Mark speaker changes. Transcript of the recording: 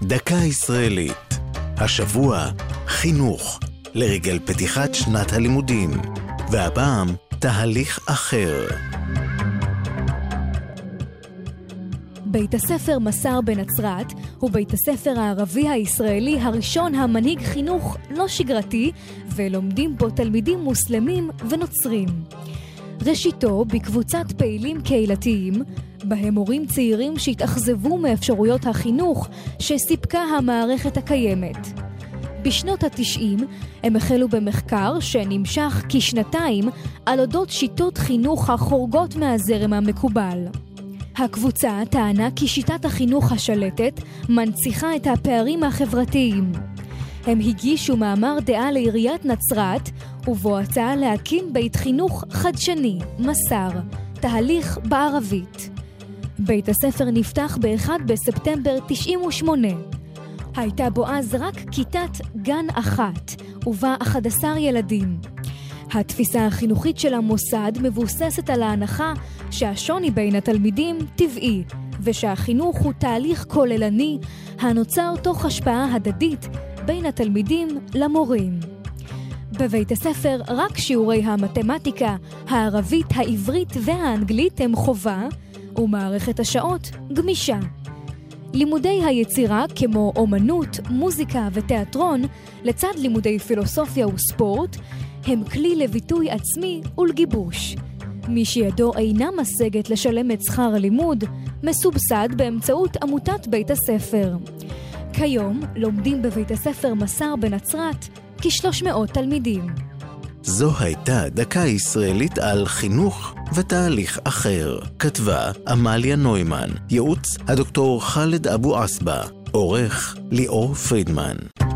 Speaker 1: דקה ישראלית. השבוע חינוך לרגל פתיחת שנת הלימודים, והפעם תהליך אחר.
Speaker 2: בית הספר מסר בנצרת הוא בית הספר הערבי הישראלי הראשון המנהיג חינוך לא שגרתי, ולומדים בו תלמידים מוסלמים ונוצרים. ראשיתו בקבוצת פעילים קהילתיים, בהם מורים צעירים שהתאכזבו מאפשרויות החינוך שסיפקה המערכת הקיימת. בשנות ה-90 הם החלו במחקר שנמשך כשנתיים על אודות שיטות חינוך החורגות מהזרם המקובל. הקבוצה טענה כי שיטת החינוך השלטת מנציחה את הפערים החברתיים. הם הגישו מאמר דעה לעיריית נצרת, ובו הצעה להקים בית חינוך חדשני, מסר, תהליך בערבית. בית הספר נפתח ב-1 בספטמבר 98. הייתה בו אז רק כיתת גן אחת, ובה 11 ילדים. התפיסה החינוכית של המוסד מבוססת על ההנחה שהשוני בין התלמידים טבעי, ושהחינוך הוא תהליך כוללני הנוצר תוך השפעה הדדית בין התלמידים למורים. בבית הספר רק שיעורי המתמטיקה, הערבית, העברית והאנגלית הם חובה, ומערכת השעות גמישה. לימודי היצירה כמו אומנות, מוזיקה ותיאטרון, לצד לימודי פילוסופיה וספורט, הם כלי לביטוי עצמי ולגיבוש. מי שידו אינה משגת לשלם את שכר הלימוד, מסובסד באמצעות עמותת בית הספר. כיום לומדים בבית הספר מסר בנצרת כ-300 תלמידים.
Speaker 1: זו הייתה דקה ישראלית על חינוך ותהליך אחר. כתבה אמליה נוימן, ייעוץ הדוקטור חאלד אבו עסבה, עורך ליאור פרידמן.